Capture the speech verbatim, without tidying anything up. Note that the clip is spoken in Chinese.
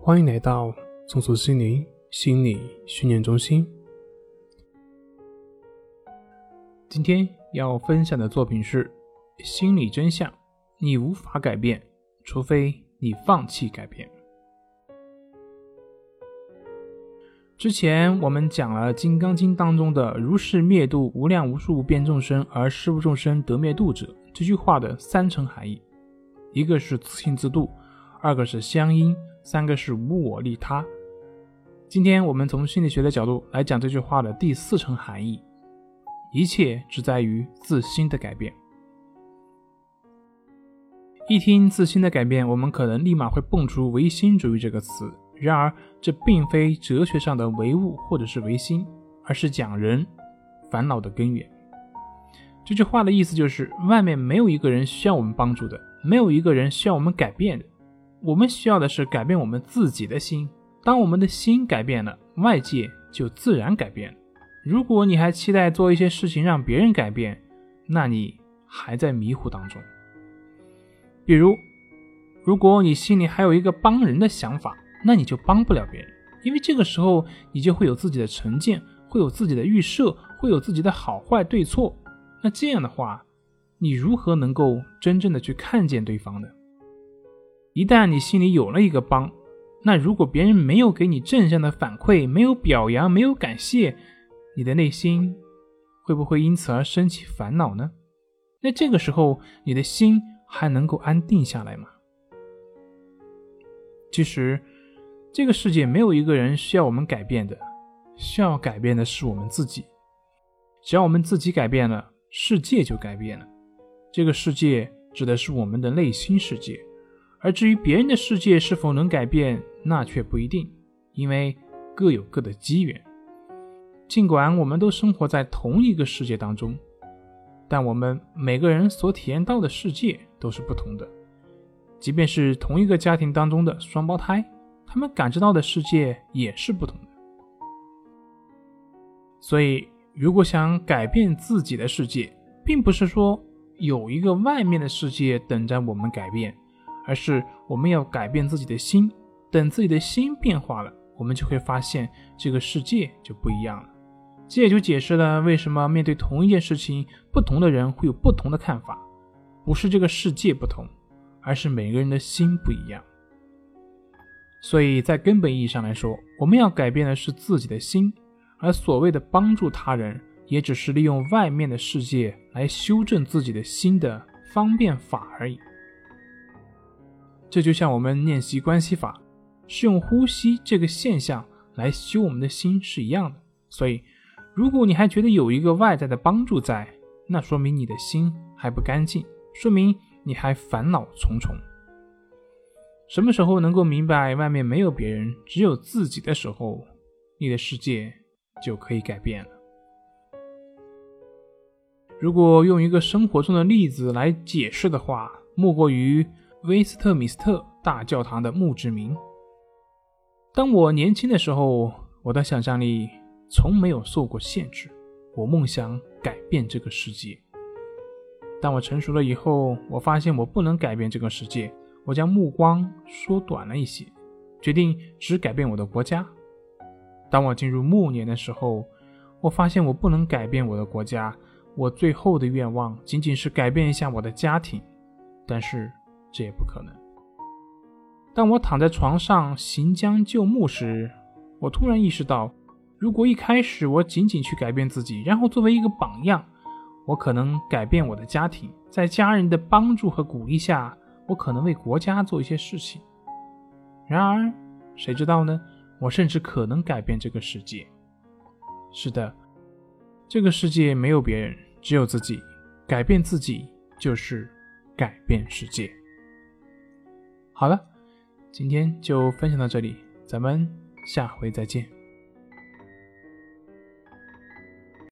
欢迎来到松鼠心灵心理训练中心。今天要分享的作品是心理真相，你无法改变，除非你放弃改变。之前我们讲了《金刚经》当中的如是灭度无量无数无边众生而实无众生得灭度者这句话的三层含义，一个是自性自度，二个是相应，三个是无我利他。今天我们从心理学的角度来讲这句话的第四层含义，一切只在于自心的改变。一听自心的改变，我们可能立马会蹦出唯心主义这个词，然而这并非哲学上的唯物或者是唯心，而是讲人烦恼的根源。这句话的意思就是外面没有一个人需要我们帮助的，没有一个人需要我们改变的，我们需要的是改变我们自己的心。当我们的心改变了，外界就自然改变了。如果你还期待做一些事情让别人改变，那你还在迷糊当中。比如如果你心里还有一个帮人的想法，那你就帮不了别人，因为这个时候你就会有自己的成见，会有自己的预设，会有自己的好坏对错。那这样的话，你如何能够真正的去看见对方呢？一旦你心里有了一个帮，那如果别人没有给你正向的反馈，没有表扬，没有感谢，你的内心会不会因此而升起烦恼呢？那这个时候你的心还能够安定下来吗？其实这个世界没有一个人需要我们改变的，需要改变的是我们自己。只要我们自己改变了，世界就改变了。这个世界指的是我们的内心世界，而至于别人的世界是否能改变，那却不一定，因为各有各的机缘。尽管我们都生活在同一个世界当中，但我们每个人所体验到的世界都是不同的。即便是同一个家庭当中的双胞胎，他们感知到的世界也是不同的。所以如果想改变自己的世界，并不是说有一个外面的世界等着我们改变，而是我们要改变自己的心。等自己的心变化了，我们就会发现这个世界就不一样了。这也就解释了为什么面对同一件事情，不同的人会有不同的看法。不是这个世界不同，而是每个人的心不一样。所以在根本意义上来说，我们要改变的是自己的心，而所谓的帮助他人，也只是利用外面的世界来修正自己的心的方便法而已。这就像我们练习关系法，是用呼吸这个现象来修我们的心是一样的。所以如果你还觉得有一个外在的帮助在，那说明你的心还不干净，说明你还烦恼重重。什么时候能够明白外面没有别人，只有自己的时候，你的世界就可以改变了。如果用一个生活中的例子来解释的话，莫过于威斯特敏斯特大教堂的墓志铭。当我年轻的时候，我的想象力从没有受过限制，我梦想改变这个世界。当我成熟了以后，我发现我不能改变这个世界，我将目光缩短了一些，决定只改变我的国家。当我进入暮年的时候，我发现我不能改变我的国家，我最后的愿望仅仅是改变一下我的家庭，但是这也不可能。当我躺在床上行将就木时，我突然意识到，如果一开始我仅仅去改变自己，然后作为一个榜样，我可能改变我的家庭，在家人的帮助和鼓励下，我可能为国家做一些事情。然而谁知道呢？我甚至可能改变这个世界。是的，这个世界没有别人，只有自己。改变自己就是改变世界。好了，今天就分享到这里，咱们下回再见。